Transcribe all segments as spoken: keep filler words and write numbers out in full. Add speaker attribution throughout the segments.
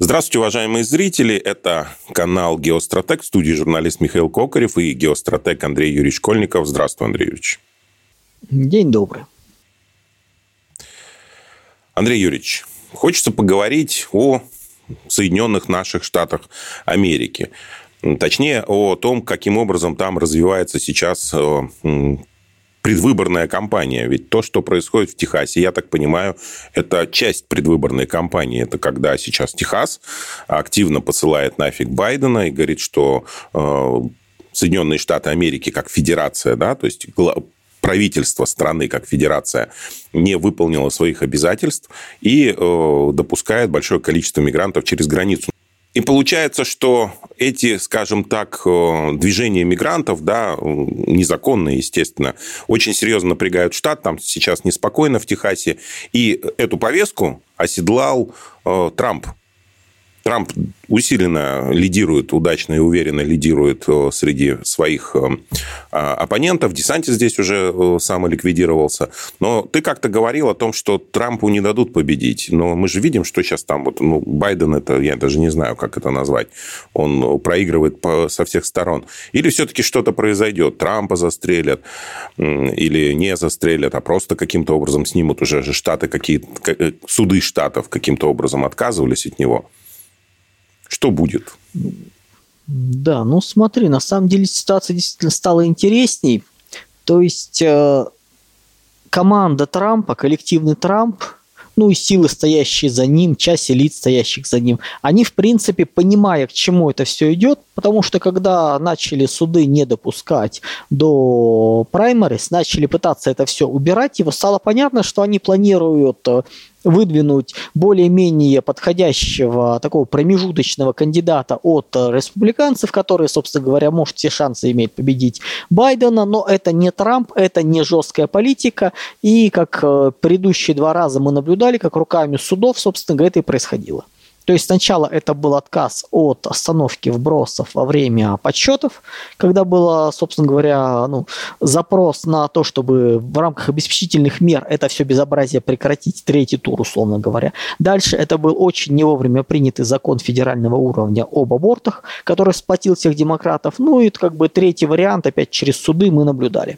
Speaker 1: Здравствуйте, уважаемые зрители. Это канал «Геостратег». В студии журналист Михаил Кокарев и геостратег Андрей Юрьевич Школьников. Здравствуй, Андрей Юрьевич.
Speaker 2: День добрый.
Speaker 1: Андрей Юрьевич, хочется поговорить о Соединенных наших Штатах Америки. Точнее, о том, каким образом там развивается сейчас предвыборная кампания. Ведь то, что происходит в Техасе, я так понимаю, это часть предвыборной кампании. Это когда сейчас Техас активно посылает нафиг Байдена и говорит, что Соединенные Штаты Америки как федерация, да, то есть правительство страны как федерация не выполнило своих обязательств и допускает большое количество мигрантов через границу. И получается, что эти, скажем так, движения мигрантов, да, незаконные, естественно, очень серьезно напрягают штат. Там сейчас неспокойно в Техасе. И эту повестку оседлал э, Трамп. Трамп усиленно лидирует, удачно и уверенно лидирует среди своих оппонентов. Десантис здесь уже самоликвидировался. Но ты как-то говорил о том, что Трампу не дадут победить. Но мы же видим, что сейчас там... Вот, ну, Байден, это я даже не знаю, как это назвать. Он проигрывает по, со всех сторон. Или все-таки что-то произойдет. Трампа застрелят. Или не застрелят, а просто каким-то образом снимут. Уже же штаты какие-то... Суды штатов каким-то образом отказывались от него. Что будет?
Speaker 2: Да, ну смотри, на самом деле ситуация действительно стала интересней. То есть э, команда Трампа, коллективный Трамп, ну и силы, стоящие за ним, часть элит, стоящих за ним, они, в принципе, понимая, к чему это все идет, потому что когда начали суды не допускать до праймерис, начали пытаться это все убирать, его стало понятно, что они планируют выдвинуть более-менее подходящего такого промежуточного кандидата от республиканцев, который, собственно говоря, может все шансы иметь победить Байдена, но это не Трамп, это не жесткая политика, и как предыдущие два раза мы наблюдали, как руками судов, собственно говоря, это и происходило. То есть сначала это был отказ от остановки вбросов во время подсчетов, когда был, собственно говоря, ну, запрос на то, чтобы в рамках обеспечительных мер это все безобразие прекратить, третий тур, условно говоря. Дальше это был очень не вовремя принятый закон федерального уровня об абортах, который сплотил всех демократов. Ну и как бы третий вариант, опять через суды мы наблюдали.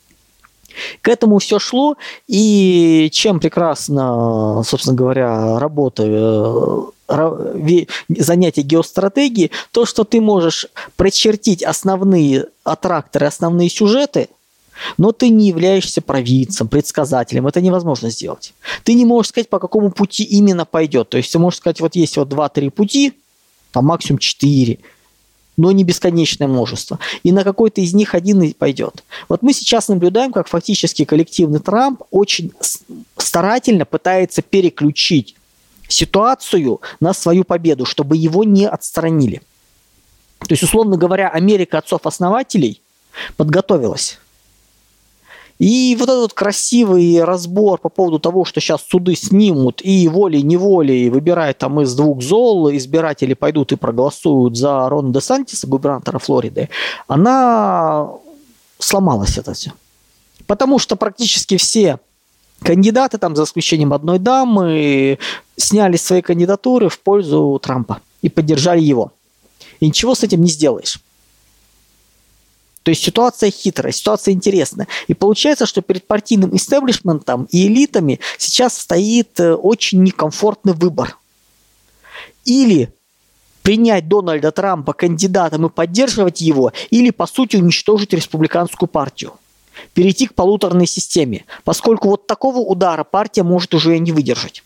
Speaker 2: К этому все шло, и чем прекрасно, собственно говоря, работа, занятие геостратегии, то, что ты можешь прочертить основные аттракторы, основные сюжеты, но ты не являешься провидцем, предсказателем. Это невозможно сделать. Ты не можешь сказать, по какому пути именно пойдет. То есть ты можешь сказать, вот есть вот два-три пути, там максимум четыре, но не бесконечное множество. И на какой-то из них один и пойдет. Вот мы сейчас наблюдаем, как фактически коллективный Трамп очень старательно пытается переключить ситуацию на свою победу, чтобы его не отстранили. То есть, условно говоря, Америка отцов-основателей подготовилась. И вот этот красивый разбор по поводу того, что сейчас суды снимут и волей-неволей выбирают там из двух зол, избиратели пойдут и проголосуют за Рона Десантиса, губернатора Флориды, она сломалась это все. Потому что практически все кандидаты, там, за исключением одной дамы, сняли свои кандидатуры в пользу Трампа и поддержали его. И ничего с этим не сделаешь. То есть ситуация хитрая, ситуация интересная. И получается, что перед партийным истеблишментом и элитами сейчас стоит очень некомфортный выбор. Или принять Дональда Трампа кандидатом и поддерживать его, или, по сути, уничтожить республиканскую партию. Перейти к полуторной системе, поскольку вот такого удара партия может уже не выдержать.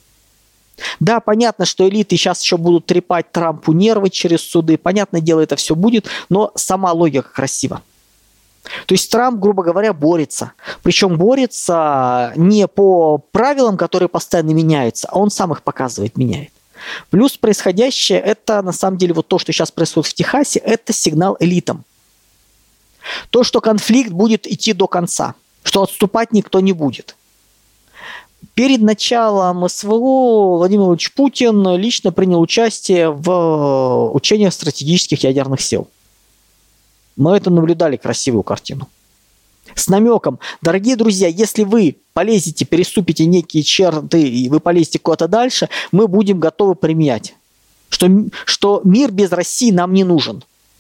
Speaker 2: Да, понятно, что элиты сейчас еще будут трепать Трампу нервы через суды. Понятное дело, это все будет, но сама логика красива. То есть Трамп, грубо говоря, борется. Причем борется не по правилам, которые постоянно меняются, а он сам их показывает, меняет. Плюс происходящее, это на самом деле вот то, что сейчас происходит в Техасе, это сигнал элитам. То, что конфликт будет идти до конца, что отступать никто не будет. Перед началом СВО Владимир Владимирович Путин лично принял участие в учениях стратегических ядерных сил. Мы это наблюдали, красивую картину. С намеком, дорогие друзья, если вы полезете, переступите некие черты и вы полезете куда-то дальше, мы будем готовы применять. что, что мир без России нам не нужен.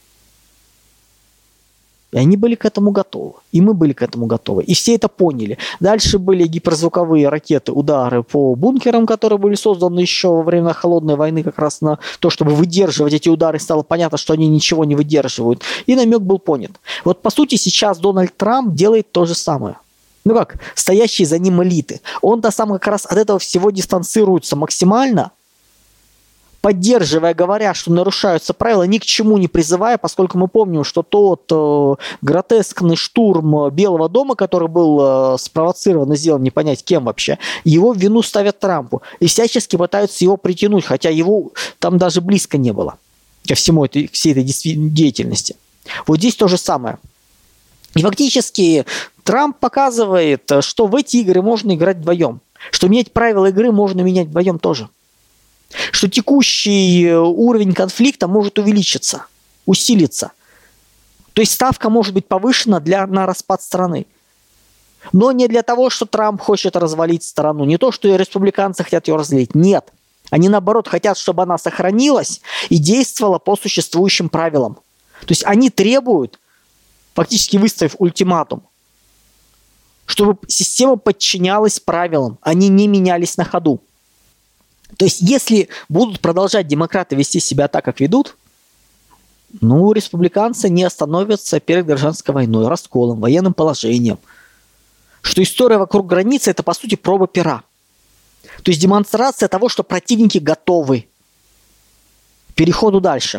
Speaker 2: И они были к этому готовы. И мы были к этому готовы. И все это поняли. Дальше были гиперзвуковые ракеты, удары по бункерам, которые были созданы еще во время Холодной войны, как раз на то, чтобы выдерживать эти удары. Стало понятно, что они ничего не выдерживают. И намек был понят. Вот по сути сейчас Дональд Трамп делает то же самое. Ну как, стоящие за ним элиты. Он-то сам как раз от этого всего дистанцируется максимально, поддерживая, говоря, что нарушаются правила, ни к чему не призывая, поскольку мы помним, что тот э, гротескный штурм Белого дома, который был э, спровоцирован и сделан, не понять кем вообще, его в вину ставят Трампу. И всячески пытаются его притянуть, хотя его там даже близко не было ко всему этой, всей этой деятельности. Вот здесь то же самое. И фактически Трамп показывает, что в эти игры можно играть вдвоем, что менять правила игры можно менять вдвоем тоже. Что текущий уровень конфликта может увеличиться, усилиться. То есть ставка может быть повышена для, на распад страны. Но не для того, что Трамп хочет развалить страну. Не то, что республиканцы хотят ее разделить. Нет. Они, наоборот, хотят, чтобы она сохранилась и действовала по существующим правилам. То есть они требуют, фактически выставив ультиматум, чтобы система подчинялась правилам, они не менялись на ходу. То есть, если будут продолжать демократы вести себя так, как ведут, ну, республиканцы не остановятся перед гражданской войной, расколом, военным положением. Что история вокруг границы – это, по сути, проба пера. То есть, демонстрация того, что противники готовы к переходу дальше.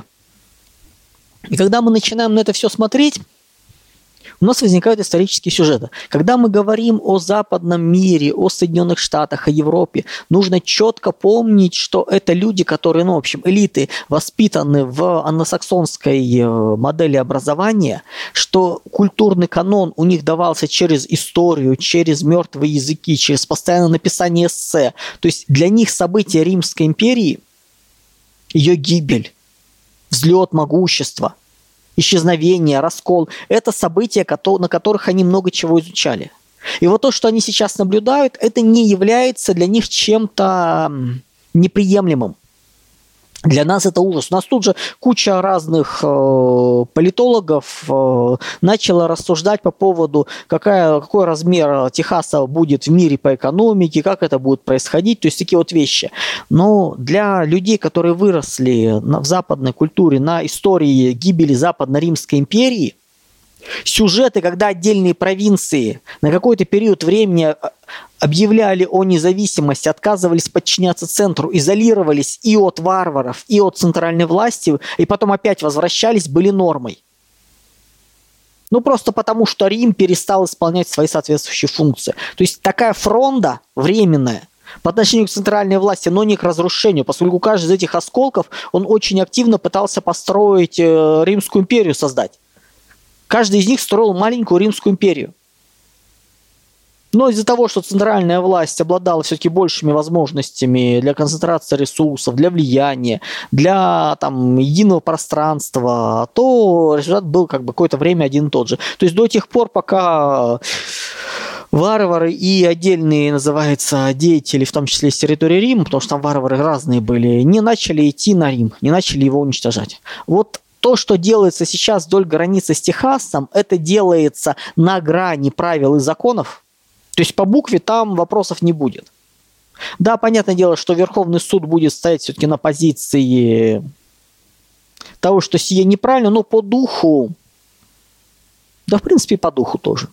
Speaker 2: И когда мы начинаем на это все смотреть, у нас возникают исторические сюжеты. Когда мы говорим о западном мире, о Соединенных Штатах, о Европе, нужно четко помнить, что это люди, которые, ну, в общем, элиты, воспитаны в англосаксонской модели образования, что культурный канон у них давался через историю, через мертвые языки, через постоянное написание эссе. То есть для них события Римской империи, ее гибель, взлет могущества, исчезновение, раскол – это события, на которых они много чего изучали. И вот то, что они сейчас наблюдают, это не является для них чем-то неприемлемым. Для нас это ужас. У нас тут же куча разных э, политологов э, начала рассуждать по поводу, какая, какой размер Техаса будет в мире по экономике, как это будет происходить, то есть такие вот вещи. Но для людей, которые выросли на, в западной культуре на истории гибели Западно-Римской империи, сюжеты, когда отдельные провинции на какой-то период времени объявляли о независимости, отказывались подчиняться центру, изолировались и от варваров, и от центральной власти, и потом опять возвращались, были нормой. Ну, просто потому, что Рим перестал исполнять свои соответствующие функции. То есть такая фронта временная по отношению к центральной власти, но не к разрушению, поскольку каждый из этих осколков, он очень активно пытался построить э, Римскую империю, создать. Каждый из них строил маленькую Римскую империю. Но из-за того, что центральная власть обладала все-таки большими возможностями для концентрации ресурсов, для влияния, для там, единого пространства, то результат был как бы какое-то время один и тот же. То есть до тех пор, пока варвары и отдельные, называется, деятели, в том числе с территории Рима, потому что там варвары разные были, не начали идти на Рим, не начали его уничтожать. Вот то, что делается сейчас вдоль границы с Техасом, это делается на грани правил и законов. То есть по букве там вопросов не будет. Да, понятное дело, что Верховный суд будет стоять все-таки на позиции того, что сие неправильно, но по духу, да, в принципе, по духу тоже.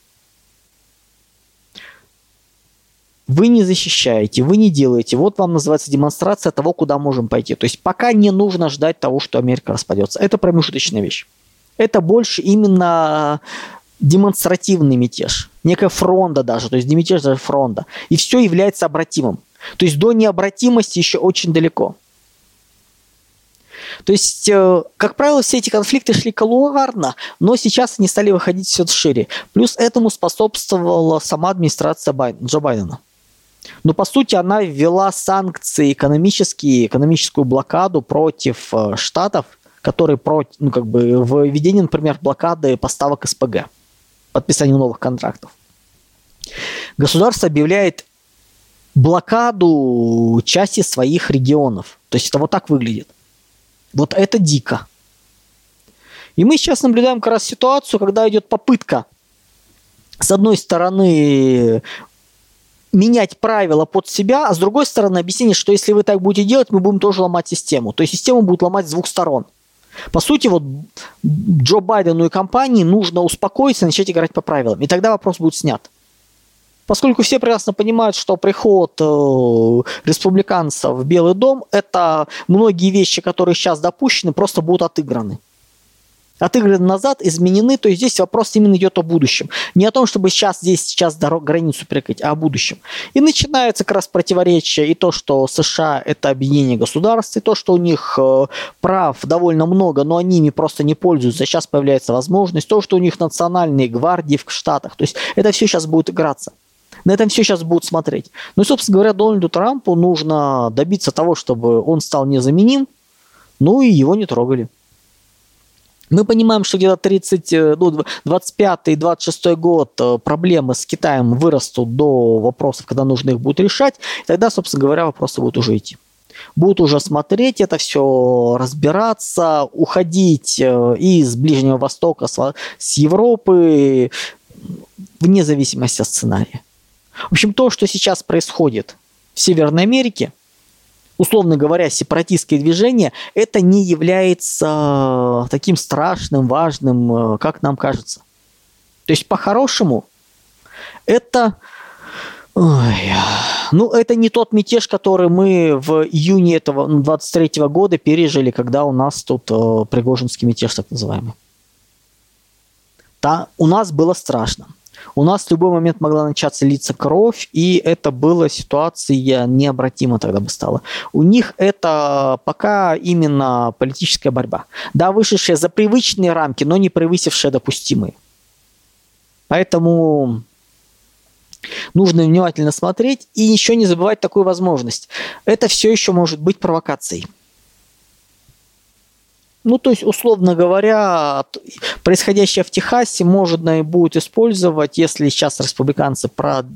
Speaker 2: Вы не защищаете, вы не делаете. Вот вам называется демонстрация того, куда можем пойти. То есть пока не нужно ждать того, что Америка распадется. Это промежуточная вещь. Это больше именно демонстративный мятеж. Некая фронта даже. То есть не мятеж, даже фронта. И все является обратимым. То есть до необратимости еще очень далеко. То есть, как правило, все эти конфликты шли колуарно, но сейчас они стали выходить все шире. Плюс этому способствовала сама администрация Байдена, Джо Байдена. Но, по сути, она ввела санкции экономические, экономическую блокаду против штатов, которые против, ну, как бы, в введении, например, блокады поставок эс пэ гэ, подписанию новых контрактов. Государство объявляет блокаду части своих регионов. То есть это вот так выглядит. Вот это дико. И мы сейчас наблюдаем как раз ситуацию, когда идет попытка, с одной стороны, менять правила под себя, а с другой стороны, объяснение, что если вы так будете делать, мы будем тоже ломать систему. То есть систему будут ломать с двух сторон. По сути, вот Джо Байдену и компании нужно успокоиться и начать играть по правилам. И тогда вопрос будет снят. Поскольку все прекрасно понимают, что приход э, республиканцев в Белый дом, это многие вещи, которые сейчас допущены, просто будут отыграны. Отыграны назад, изменены, то есть здесь вопрос именно идет о будущем. Не о том, чтобы сейчас здесь сейчас дорог, границу перекрыть, а о будущем. И начинается как раз противоречие и то, что США это объединение государств, и то, что у них э, прав довольно много, но они ими просто не пользуются. Сейчас появляется возможность, то, что у них национальные гвардии в Штатах. То есть это все сейчас будет играться. На этом все сейчас будут смотреть. Ну и, собственно говоря, Дональду Трампу нужно добиться того, чтобы он стал незаменим, ну и его не трогали. Мы понимаем, что где-то тридцать, ну, двадцать пятый - двадцать шестой год проблемы с Китаем вырастут до вопросов, когда нужно их будет решать, и тогда, собственно говоря, вопросы будут уже идти. Будут уже смотреть это все, разбираться, уходить из Ближнего Востока, с Европы, вне зависимости от сценария. В общем, то, что сейчас происходит в Северной Америке, условно говоря, сепаратистское движение, это не является таким страшным, важным, как нам кажется. То есть, по-хорошему, это... Ой, ну, это не тот мятеж, который мы в июне этого двадцать третьего года пережили, когда у нас тут э, Пригожинский мятеж, так называемый. Та, у нас было страшно. У нас в любой момент могла начаться литься кровь, и это была ситуация необратима тогда бы стала. У них это пока именно политическая борьба. Да, вышедшая за привычные рамки, но не превысившая допустимые. Поэтому нужно внимательно смотреть и еще не забывать такую возможность. Это все еще может быть провокацией. Ну, то есть, условно говоря, происходящее в Техасе можно и будет использовать, если сейчас республиканцы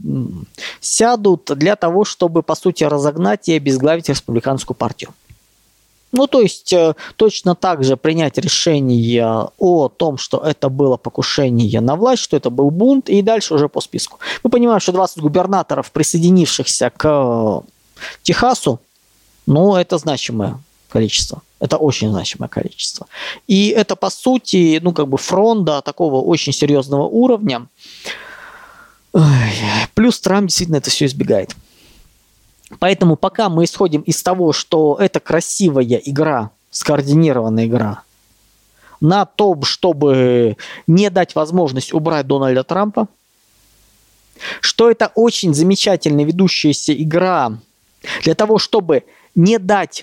Speaker 2: сядут, для того, чтобы, по сути, разогнать и обезглавить республиканскую партию. Ну, то есть, точно так же принять решение о том, что это было покушение на власть, что это был бунт, и дальше уже по списку. Мы понимаем, что двадцать губернаторов, присоединившихся к Техасу, ну, это значимое количество. Это очень значимое количество. И это, по сути, ну, как бы фронт, да, такого очень серьезного уровня. Ой, плюс Трамп действительно это все избегает. Поэтому пока мы исходим из того, что это красивая игра, скоординированная игра, на том, чтобы не дать возможность убрать Дональда Трампа, что это очень замечательная ведущаяся игра для того, чтобы не дать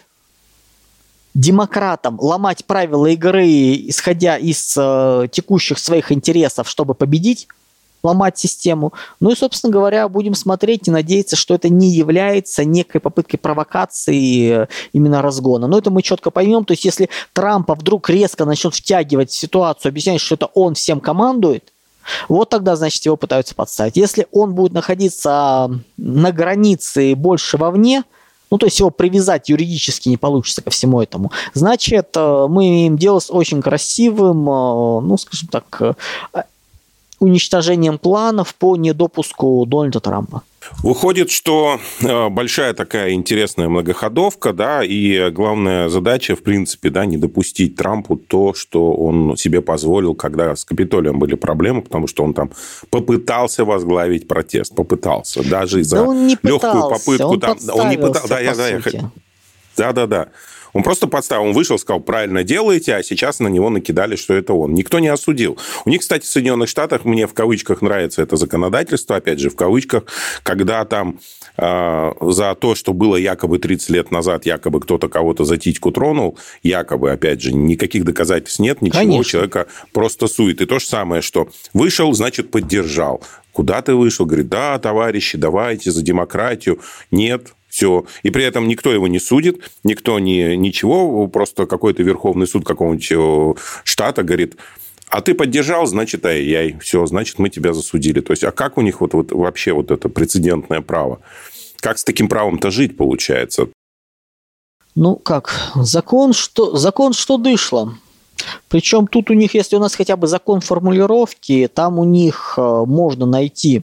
Speaker 2: демократам ломать правила игры, исходя из э, текущих своих интересов, чтобы победить, ломать систему. Ну и, собственно говоря, будем смотреть и надеяться, что это не является некой попыткой провокации именно разгона. Но это мы четко поймем. То есть, если Трампа вдруг резко начнет втягивать в ситуацию, объяснять, что это он всем командует, вот тогда, значит, его пытаются подставить. Если он будет находиться на границе больше вовне, ну, то есть его привязать юридически не получится ко всему этому, значит, мы имеем дело с очень красивым, ну, скажем так, уничтожением планов по недопуску Дональда Трампа.
Speaker 1: Выходит, что большая такая интересная многоходовка, да, и главная задача, в принципе, да, не допустить Трампу то, что он себе позволил, когда с Капитолием были проблемы, потому что он там попытался возглавить протест, попытался, даже за
Speaker 2: да
Speaker 1: легкую попытку.
Speaker 2: Он
Speaker 1: там, он не пытался, да, я, да, я, да, да, да. Он просто подставил, он вышел, сказал, правильно делаете, а сейчас на него накидали, что это он. Никто не осудил. У них, кстати, в Соединенных Штатах, мне в кавычках нравится это законодательство, опять же, в кавычках, когда там э, за то, что было якобы тридцать лет назад, якобы кто-то кого-то за титьку тронул, якобы, опять же, никаких доказательств нет, ничего, конечно. Человека просто сует. И то же самое, что вышел, значит, поддержал. Куда ты вышел? Говорит, да, товарищи, давайте за демократию. Нет. Все. И при этом никто его не судит, никто не, ничего, просто какой-то Верховный суд какого-нибудь штата говорит, а ты поддержал, значит, ай-яй, все, значит, мы тебя засудили. То есть, а как у них вот, вот вообще вот это прецедентное право? Как с таким правом-то жить получается?
Speaker 2: Ну как, закон что, закон что дышло. Причем тут у них, если у нас хотя бы закон формулировки, там у них э, можно найти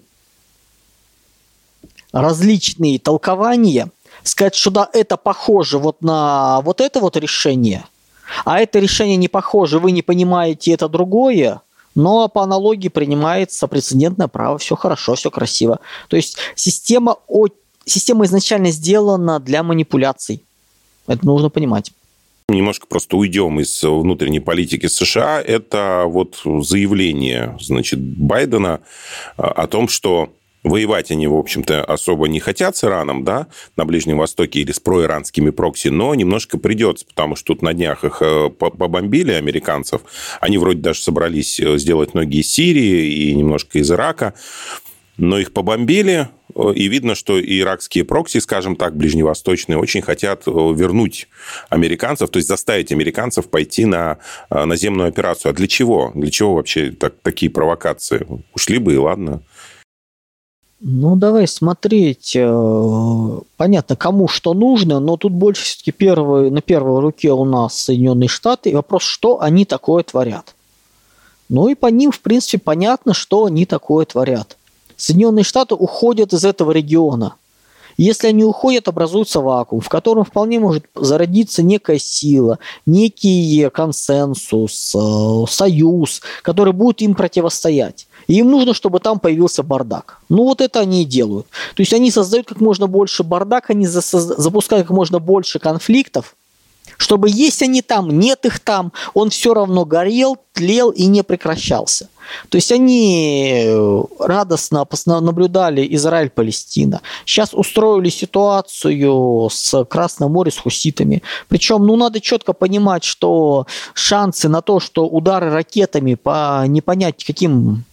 Speaker 2: различные толкования, сказать, что да, это похоже вот на вот это вот решение, а это решение не похоже, вы не понимаете, это другое, но по аналогии принимается прецедентное право, все хорошо, все красиво. То есть система, система изначально сделана для манипуляций. Это нужно понимать.
Speaker 1: Немножко просто уйдем из внутренней политики США. Это вот заявление, значит, Байдена о том, что воевать они, в общем-то, особо не хотят с Ираном, да, на Ближнем Востоке или с проиранскими прокси, но немножко придется, потому что тут на днях их побомбили, американцев. Они вроде даже собрались сделать ноги из Сирии и немножко из Ирака, но их побомбили, и видно, что и иракские прокси, скажем так, ближневосточные, очень хотят вернуть американцев, то есть заставить американцев пойти на наземную операцию. А для чего? Для чего вообще так, такие провокации? Ушли бы, и ладно.
Speaker 2: Ну, давай смотреть. Понятно, кому что нужно, но тут больше все-таки первый, на первой руке у нас Соединенные Штаты. И вопрос, что они такое творят. Ну и по ним, в принципе, понятно, что они такое творят. Соединенные Штаты уходят из этого региона. Если они уходят, образуется вакуум, в котором вполне может зародиться некая сила, некий консенсус, союз, который будет им противостоять. И им нужно, чтобы там появился бардак. Ну вот это они и делают. То есть они создают как можно больше бардак, они запускают как можно больше конфликтов, чтобы есть они там, нет их там, он все равно горел, тлел и не прекращался. То есть они радостно наблюдали Израиль-Палестина. Сейчас устроили ситуацию с Красным морем, с хуситами. Причем, ну, надо четко понимать, что шансы на то, что удары ракетами по не понять каким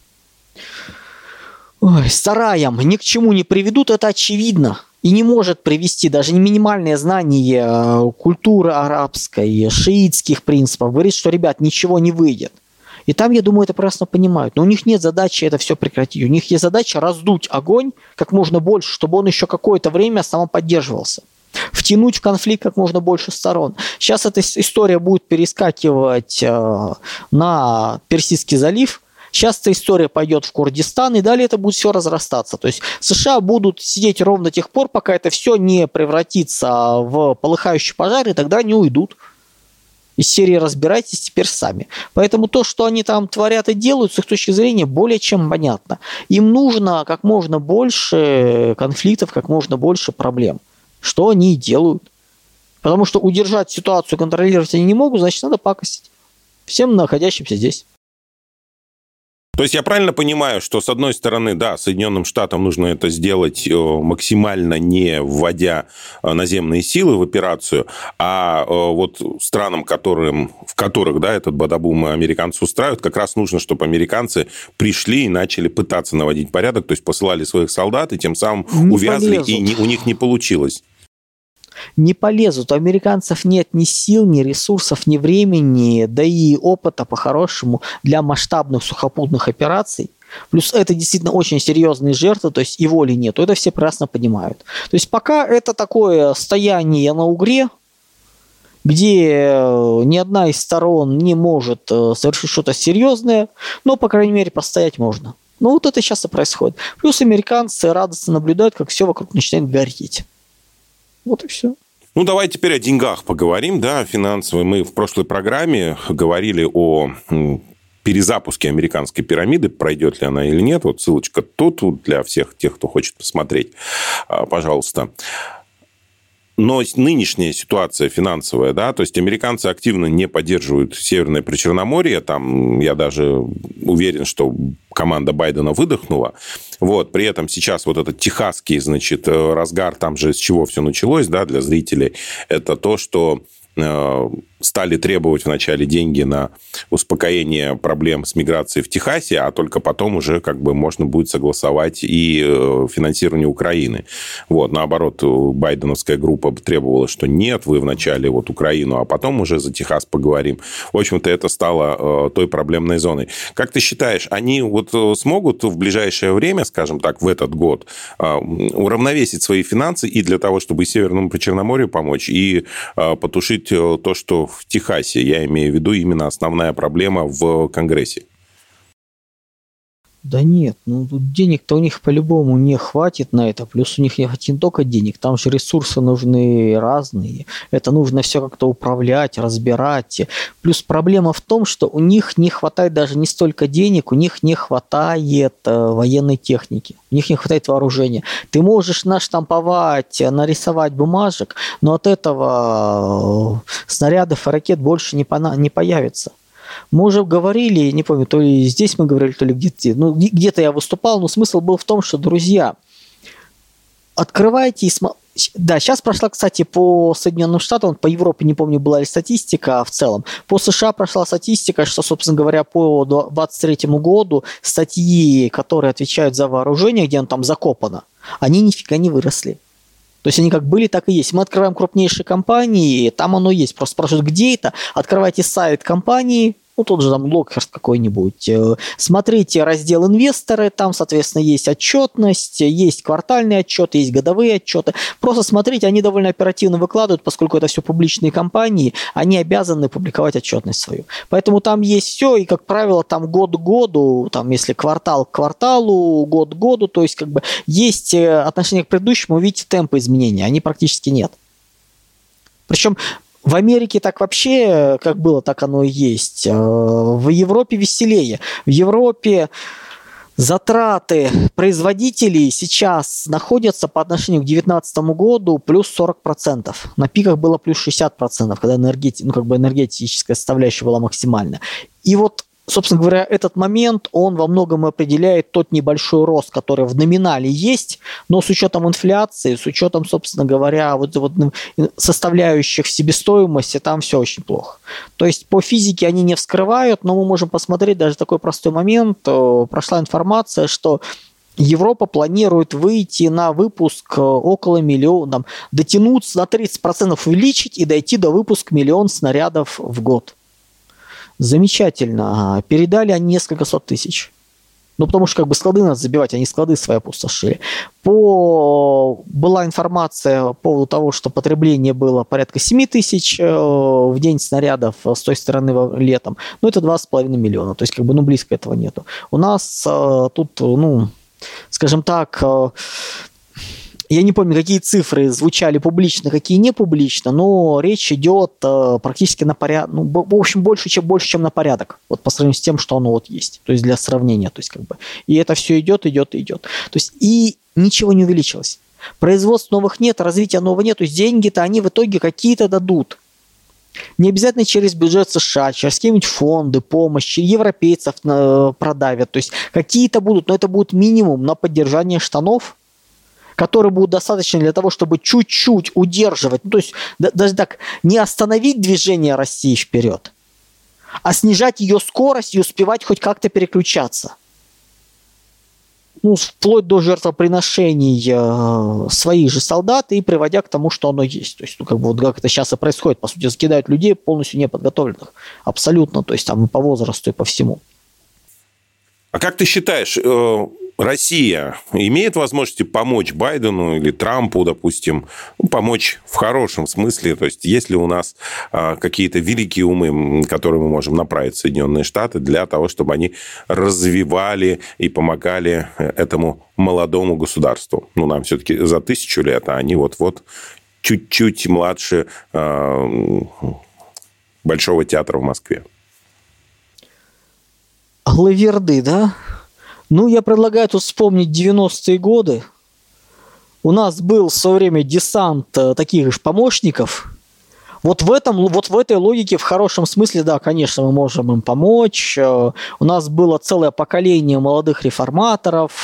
Speaker 2: ой, сараям ни к чему не приведут, это очевидно. И не может привести даже минимальное знание культуры арабской, шиитских принципов. Говорит, что, ребят, ничего не выйдет. И там, я думаю, это прекрасно понимают. Но у них нет задачи это все прекратить. У них есть задача раздуть огонь как можно больше, чтобы он еще какое-то время самоподдерживался. Втянуть в конфликт как можно больше сторон. Сейчас эта история будет перескакивать на Персидский залив. Сейчас эта история пойдет в Курдистан, и далее это будет все разрастаться. То есть США будут сидеть ровно до тех пор, пока это все не превратится в полыхающий пожар, и тогда они уйдут. Из серии «разбирайтесь теперь сами». Поэтому то, что они там творят и делают, с их точки зрения, более чем понятно. Им нужно как можно больше конфликтов, как можно больше проблем. Что они и делают. Потому что удержать ситуацию, контролировать они не могут, значит, надо пакостить всем находящимся здесь.
Speaker 1: То есть я правильно понимаю, что, с одной стороны, да, Соединенным Штатам нужно это сделать максимально не вводя наземные силы в операцию, а вот странам, которым, в которых, да, этот бадабум американцы устраивают, как раз нужно, чтобы американцы пришли и начали пытаться наводить порядок, то есть посылали своих солдат, и тем самым не увязли, полезут. И не, у них не получилось.
Speaker 2: Не полезут. У американцев нет ни сил, ни ресурсов, ни времени, да и опыта по-хорошему для масштабных сухопутных операций. Плюс это действительно очень серьезные жертвы, то есть и воли нету. Это все прекрасно понимают. То есть пока это такое стояние на угре, где ни одна из сторон не может совершить что-то серьезное, но, по крайней мере, постоять можно. Ну вот это сейчас и происходит. Плюс американцы радостно наблюдают, как все вокруг начинает гореть. Вот и все.
Speaker 1: Ну, давай теперь о деньгах поговорим, да, финансовые. Мы в прошлой программе говорили о перезапуске американской пирамиды, пройдет ли она или нет. Вот ссылочка тут для всех тех, кто хочет посмотреть, пожалуйста. Но нынешняя ситуация финансовая, да, то есть американцы активно не поддерживают Северное Причерноморье, там я даже уверен, что команда Байдена выдохнула. Вот, при этом сейчас вот этот техасский, значит, разгар, там же с чего все началось, да, для зрителей, это то, что стали требовать вначале деньги на успокоение проблем с миграцией в Техасе, а только потом уже как бы можно будет согласовать и финансирование Украины. Вот, наоборот, байденовская группа требовала, что нет, вы вначале вот Украину, а потом уже за Техас поговорим. В общем-то, это стало той проблемной зоной. Как ты считаешь, они вот смогут в ближайшее время, скажем так, в этот год, уравновесить свои финансы и для того, чтобы и Северному Причерноморью помочь, и потушить то, что в Техасе? Я имею в виду именно основная проблема в Конгрессе.
Speaker 2: Да нет, ну тут денег-то у них по-любому не хватит на это. Плюс у них не хватит не только денег, там же ресурсы нужны разные. Это нужно все как-то управлять, разбирать. Плюс проблема в том, что у них не хватает даже не столько денег, у них не хватает э, военной техники. У них не хватает вооружения. Ты можешь наштамповать, нарисовать бумажек, но от этого снарядов и ракет больше не, пона- не появится. Мы уже говорили, не помню, то ли здесь мы говорили, то ли где-то, ну, где-то я выступал, но смысл был в том, что, друзья, открывайте и смотрите. Да, сейчас прошла, кстати, по Соединенным Штатам, по Европе, не помню, была ли статистика в целом. По США прошла статистика, что, собственно говоря, по двадцать третьему году статьи, которые отвечают за вооружение, где оно там закопано, они нифига не выросли. То есть они как были, так и есть. Мы открываем крупнейшие компании, там оно есть. Просто спрашивают, где это? Открывайте сайт компании, ну, тот же там Локхерст какой-нибудь. Смотрите раздел инвесторы, там, соответственно, есть отчетность, есть квартальные отчеты, есть годовые отчеты. Просто смотрите, они довольно оперативно выкладывают, поскольку это все публичные компании, они обязаны публиковать отчетность свою. Поэтому там есть все, и, как правило, там год к году, там, если квартал к кварталу, год к году, то есть, как бы, есть отношение к предыдущему, вы видите темпы изменения, они практически нет. Причем в Америке так вообще, как было, так оно и есть. В Европе веселее. В Европе затраты производителей сейчас находятся по отношению к две тысячи девятнадцатому году плюс сорок процентов. На пиках было плюс шестьдесят процентов, когда энергети... ну, как бы энергетическая составляющая была максимальна. И вот, собственно говоря, этот момент, он во многом определяет тот небольшой рост, который в номинале есть, но с учетом инфляции, с учетом, собственно говоря, вот, вот составляющих себестоимости, там все очень плохо. То есть по физике они не вскрывают, но мы можем посмотреть даже такой простой момент. Прошла информация, что Европа планирует выйти на выпуск около миллиона, там, дотянуться на тридцать процентов увеличить и дойти до выпуска миллион снарядов в год. Замечательно. Передали они несколько сот тысяч. Ну, потому что как бы склады надо забивать, они склады свои опустошили. По... Была информация по поводу того, что потребление было порядка семь тысяч в день снарядов с той стороны летом. Ну, это два с половиной миллиона. То есть, как бы, ну, близко этого нету. У нас тут, ну, скажем так... Я не помню, какие цифры звучали публично, какие не публично, но речь идет э, практически на порядок, ну, в общем, больше чем, больше, чем на порядок, вот по сравнению с тем, что оно вот есть, то есть для сравнения, то есть как бы, и это все идет, идет, идет. То есть и ничего не увеличилось. Производств новых нет, развития нового нет, то есть деньги-то они в итоге какие-то дадут. Не обязательно через бюджет США, через какие-нибудь фонды, помощи, европейцев э, продавят, то есть какие-то будут, но это будет минимум на поддержание штанов, которые будут достаточны для того, чтобы чуть-чуть удерживать, ну, то есть да, даже так, не остановить движение России вперед, а снижать ее скорость и успевать хоть как-то переключаться. Ну, вплоть до жертвоприношений э, своих же солдат и приводя к тому, что оно есть. То есть, ну, как бы вот как это сейчас и происходит, по сути, закидают людей полностью неподготовленных. Абсолютно, то есть там и по возрасту, и по всему.
Speaker 1: А как ты считаешь, э... Россия имеет возможности помочь Байдену или Трампу, допустим, ну, помочь в хорошем смысле? То есть, есть ли у нас а, какие-то великие умы, которые мы можем направить в Соединенные Штаты для того, чтобы они развивали и помогали этому молодому государству? Ну, нам все-таки за тысячу лет, а они вот-вот чуть-чуть младше а, Большого театра в Москве.
Speaker 2: Лаверды, да? Ну, я предлагаю тут вспомнить девяностые годы. У нас был в свое время десант таких же помощников. Вот в этом, вот в этой логике, в хорошем смысле, да, конечно, мы можем им помочь. У нас было целое поколение молодых реформаторов,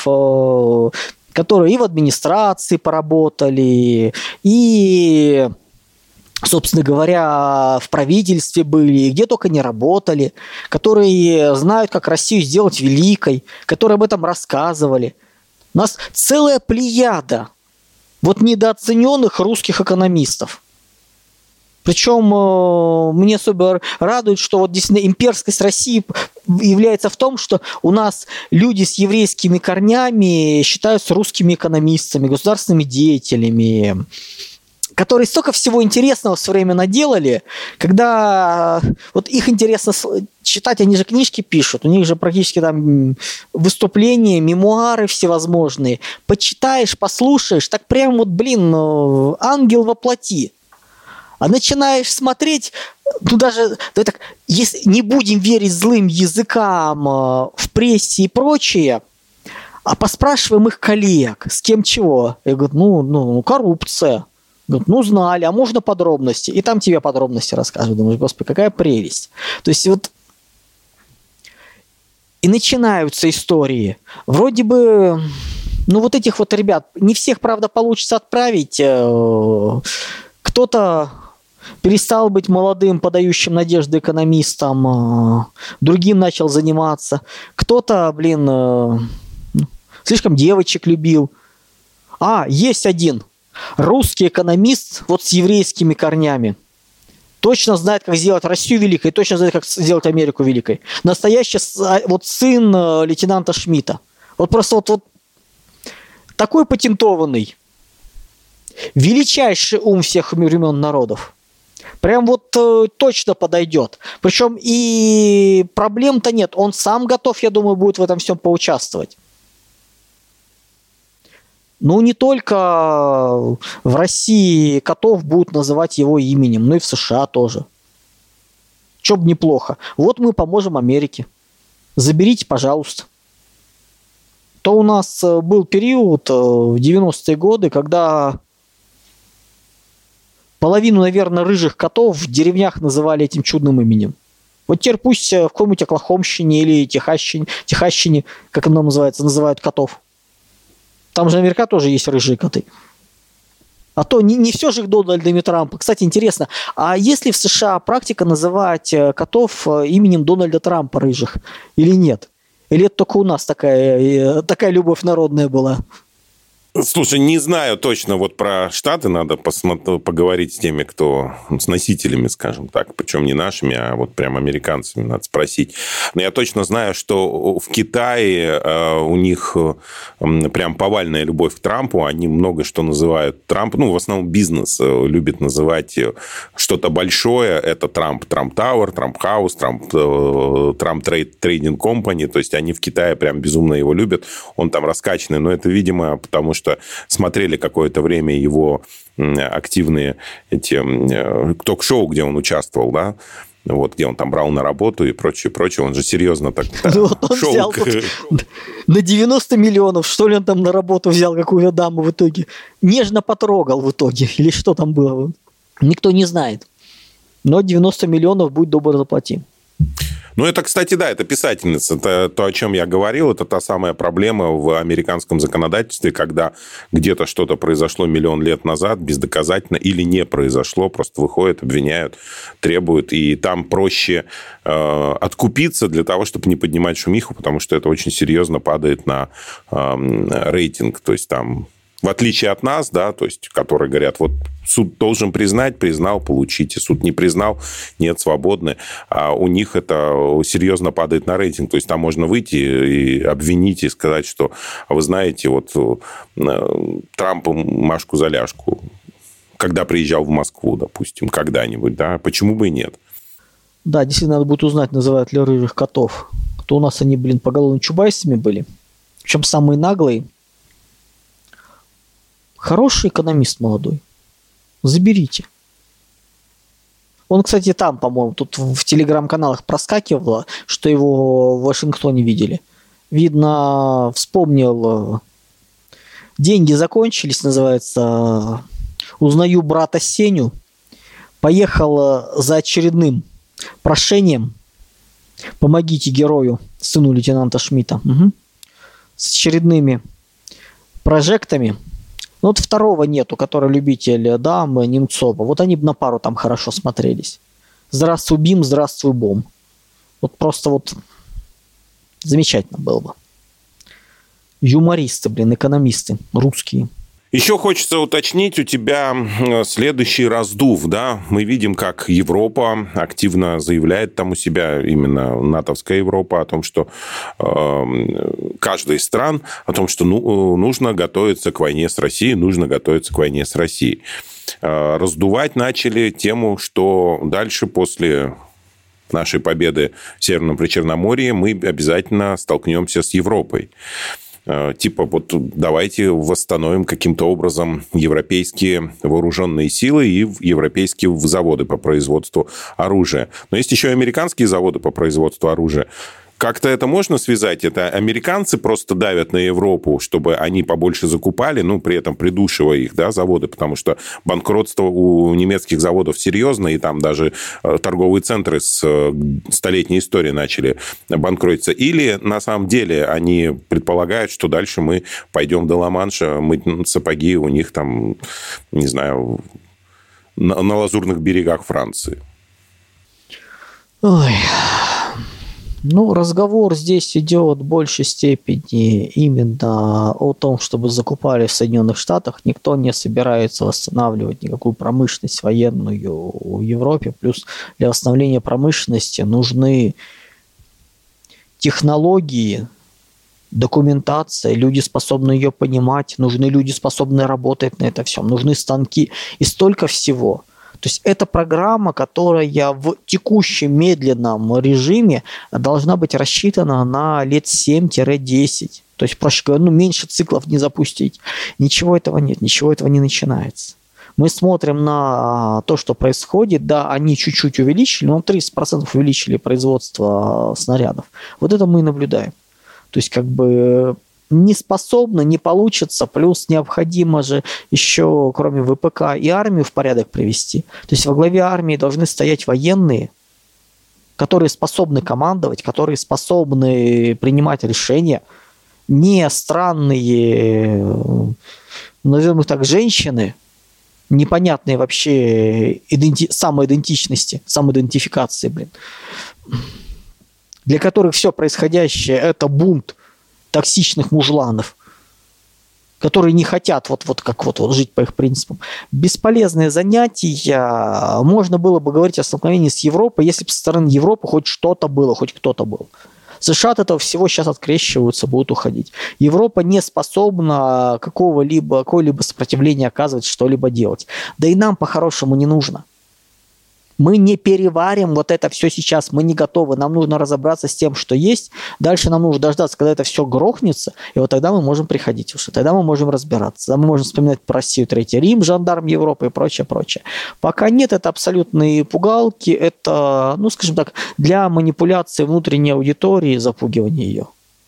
Speaker 2: которые и в администрации поработали, и собственно говоря, в правительстве были, где только не работали, которые знают, как Россию сделать великой, которые об этом рассказывали. У нас целая плеяда вот недооцененных русских экономистов. Причем э, мне особо радует, что вот действительно имперскость России является в том, что у нас люди с еврейскими корнями считаются русскими экономистами, государственными деятелями, которые столько всего интересного в свое время наделали, когда вот их интересно читать, они же книжки пишут, у них же практически там выступления, мемуары всевозможные. Почитаешь, послушаешь, так прям вот, блин, ангел во плоти. А начинаешь смотреть, ну даже, да так, если не будем верить злым языкам в прессе и прочее, а поспрашиваем их коллег, с кем чего. Я говорю, ну, ну коррупция. Говорят, ну, знали, а можно подробности? И там тебе подробности рассказывают. Думаешь, господи, какая прелесть. То есть вот и начинаются истории. Вроде бы, ну, вот этих вот ребят, не всех, правда, получится отправить. Кто-то перестал быть молодым, подающим надежды экономистом, другим начал заниматься. Кто-то, блин, слишком девочек любил. А, есть один русский экономист вот с еврейскими корнями. Точно знает, как сделать Россию великой, точно знает, как сделать Америку великой. Настоящий вот сын лейтенанта Шмидта. Вот просто вот, вот такой патентованный, величайший ум всех времен народов. Прям вот э, точно подойдет. Причем и проблем-то нет. Он сам готов, я думаю, будет в этом всем поучаствовать. Ну, не только в России котов будут называть его именем, но и в США тоже. Чё бы неплохо. Вот мы поможем Америке. Заберите, пожалуйста. То у нас был период в девяностые годы, когда половину, наверное, рыжих котов в деревнях называли этим чудным именем. Вот теперь пусть в какой-нибудь Оклахомщине или Техасщине, Техасщине, как оно называется, называют котов. Там же наверняка тоже есть рыжие коты. А то не, не все же их Дональдами Трампа. Кстати, интересно, а есть ли в США практика называть котов именем Дональда Трампа рыжих или нет? Или это только у нас такая, такая любовь народная была?
Speaker 1: Слушай, не знаю точно вот про Штаты, надо посмотри, поговорить с теми, кто с носителями, скажем так, причем не нашими, а вот прям американцами, надо спросить. Но я точно знаю, что в Китае э, у них э, прям повальная любовь к Трампу, они много что называют Трамп, ну, в основном бизнес э, любит называть что-то большое, это Трамп, Трамп Тауэр, Трамп Хаус, Трамп, э, Трамп Трейдинг Компани, то есть они в Китае прям безумно его любят, он там раскачанный, но это, видимо, потому что что смотрели какое-то время его активные эти ток-шоу, где он участвовал, да, вот, где он там брал на работу и прочее, прочее. Он же серьезно так
Speaker 2: вот он шел. Взял вот на девяносто миллионов, что ли, он там на работу взял, какую-то даму в итоге. Нежно потрогал в итоге. Или что там было? Никто не знает. Но девяносто миллионов, будь добр, заплати.
Speaker 1: Ну, это, кстати, да, это писательница. Это то, о чем я говорил. Это та самая проблема в американском законодательстве, когда где-то что-то произошло миллион лет назад бездоказательно или не произошло, просто выходят, обвиняют, требуют. И там проще э, откупиться для того, чтобы не поднимать шумиху, потому что это очень серьезно падает на э, рейтинг. То есть там... В отличие от нас, да, то есть, которые говорят, вот суд должен признать, признал, получите. Суд не признал, нет, свободны. А у них это серьезно падает на рейтинг. То есть, там можно выйти и обвинить, и сказать, что, вы знаете, вот Трамп Машку за ляжку, когда приезжал в Москву, допустим, когда-нибудь, да, почему бы и нет?
Speaker 2: Да, действительно, надо будет узнать, называют ли рыжих котов. То у нас они, блин, поголовно чубайсами были. Причем самые наглые. Хороший экономист молодой. Заберите. Он, кстати, там, по-моему, тут в телеграм-каналах проскакивало, что его в Вашингтоне видели. Видно, вспомнил. Деньги закончились, называется. Узнаю брата Сеню. Поехал за очередным прошением. Помогите герою, сыну лейтенанта Шмидта. Угу. С очередными прожектами. Ну, вот второго нету, который любитель дам, Немцова. Вот они бы на пару там хорошо смотрелись. Здравствуй, Бим, здравствуй, Бом. Вот просто вот замечательно было бы. Юмористы, блин, экономисты, русские.
Speaker 1: Еще хочется уточнить у тебя следующий раздув, да? Мы видим, как Европа активно заявляет там у себя, именно натовская Европа, о том, что э, каждая из стран, о том, что ну, нужно готовиться к войне с Россией, нужно готовиться к войне с Россией. Э, раздувать начали тему, что дальше после нашей победы в Северном Причерноморье мы обязательно столкнемся с Европой. Типа, вот давайте восстановим каким-то образом европейские вооруженные силы и европейские заводы по производству оружия. Но есть еще и американские заводы по производству оружия. Как-то это можно связать? Это американцы просто давят на Европу, чтобы они побольше закупали, ну, при этом придушивая их, да, заводы, потому что банкротство у немецких заводов серьезно, и там даже торговые центры с столетней историей начали банкротиться. Или, на самом деле, они предполагают, что дальше мы пойдем до Ла-Манша, мыть сапоги у них там, не знаю, на, на лазурных берегах Франции.
Speaker 2: Ой... Ну, разговор здесь идет в большей степени именно о том, чтобы закупали в Соединенных Штатах. Никто не собирается восстанавливать никакую промышленность военную в Европе. Плюс для восстановления промышленности нужны технологии, документация, люди, способные ее понимать, нужны люди, способные работать на это всем, нужны станки и столько всего. То есть это программа, которая в текущем медленном режиме должна быть рассчитана на лет семь-десять. То есть, проще говоря, ну, меньше циклов не запустить. Ничего этого нет, ничего этого не начинается. Мы смотрим на то, что происходит. Да, они чуть-чуть увеличили, но тридцать процентов увеличили производство снарядов. Вот это мы и наблюдаем. То есть, как бы... не способны, не получится, плюс необходимо же еще, кроме ВПК, и армию в порядок привести. То есть во главе армии должны стоять военные, которые способны командовать, которые способны принимать решения, не странные, назовем их так, женщины, непонятные вообще иденти- самоидентичности, самоидентификации, блин, для которых все происходящее – это бунт токсичных мужланов, которые не хотят вот, вот как вот, вот жить по их принципам. Бесполезные занятия. Можно было бы говорить о столкновении с Европой, если бы со стороны Европы хоть что-то было, хоть кто-то был. США от этого всего сейчас открещиваются, будут уходить. Европа не способна какого-либо, какое-либо сопротивление оказывать, что-либо делать. Да и нам по-хорошему не нужно. Мы не переварим вот это все сейчас, мы не готовы. Нам нужно разобраться с тем, что есть. Дальше нам нужно дождаться, когда это все грохнется, и вот тогда мы можем приходить уже. Тогда мы можем разбираться. Тогда мы можем вспоминать про Россию, Третий Рим, жандарм Европы и прочее, прочее. Пока нет, это абсолютные пугалки. Это, ну, скажем так, для манипуляции внутренней аудитории, запугивания ее.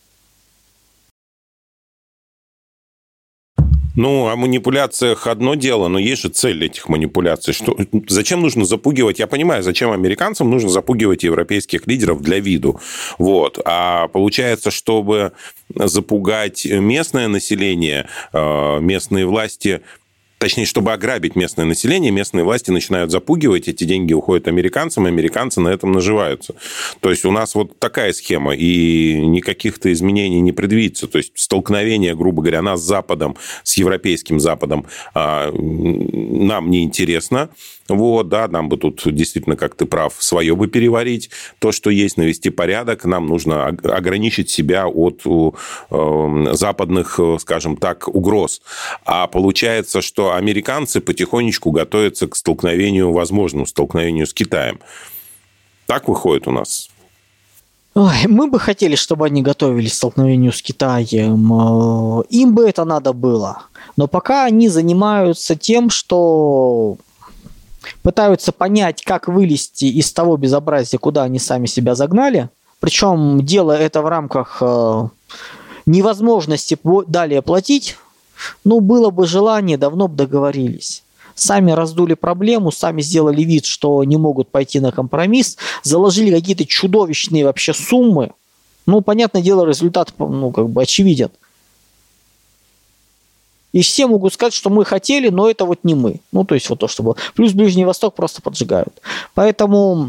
Speaker 1: Ну, о манипуляциях одно дело, но есть же цель этих манипуляций. Что, зачем нужно запугивать? Я понимаю, зачем американцам нужно запугивать европейских лидеров для виду. Вот. А получается, чтобы запугать местное население, местные власти... Точнее, чтобы ограбить местное население, местные власти начинают запугивать, эти деньги уходят американцам, и американцы на этом наживаются. То есть у нас вот такая схема, и никаких-то изменений не предвидится. То есть столкновение, грубо говоря, нас с Западом, с европейским Западом нам не интересно. Вот, да, нам бы тут действительно, как ты прав, свое бы переварить, то, что есть, навести порядок. Нам нужно ограничить себя от э, западных, скажем так, угроз. А получается, что американцы потихонечку готовятся к столкновению, возможному столкновению с Китаем. Так выходит у нас.
Speaker 2: Ой, мы бы хотели, чтобы они готовились к столкновению с Китаем. Им бы это надо было. Но пока они занимаются тем, что... пытаются понять, как вылезти из того безобразия, куда они сами себя загнали. Причем делая это в рамках э, невозможности далее платить. Ну, было бы желание, давно бы договорились. Сами раздули проблему, сами сделали вид, что не могут пойти на компромисс, заложили какие-то чудовищные вообще суммы. Ну, понятное дело, результат, ну, как бы очевиден. И все могут сказать, что мы хотели, но это вот не мы. Ну, то есть вот то, что было. Плюс Ближний Восток просто поджигают. Поэтому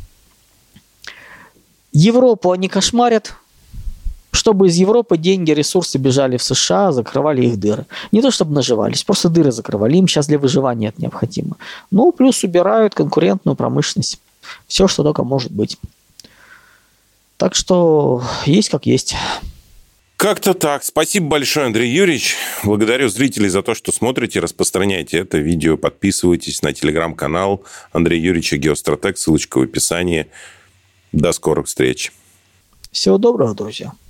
Speaker 2: Европу они кошмарят, чтобы из Европы деньги, ресурсы бежали в США, закрывали их дыры. Не то, чтобы наживались, просто дыры закрывали. Им сейчас для выживания это необходимо. Ну, плюс убирают конкурентную промышленность. Все, что только может быть. Так что есть как есть.
Speaker 1: Как-то так. Спасибо большое, Андрей Юрьевич. Благодарю зрителей за то, что смотрите, распространяйте это видео, подписывайтесь на телеграм-канал Андрея Юрьевича Геостратег, ссылочка в описании. До скорых встреч.
Speaker 2: Всего доброго, друзья.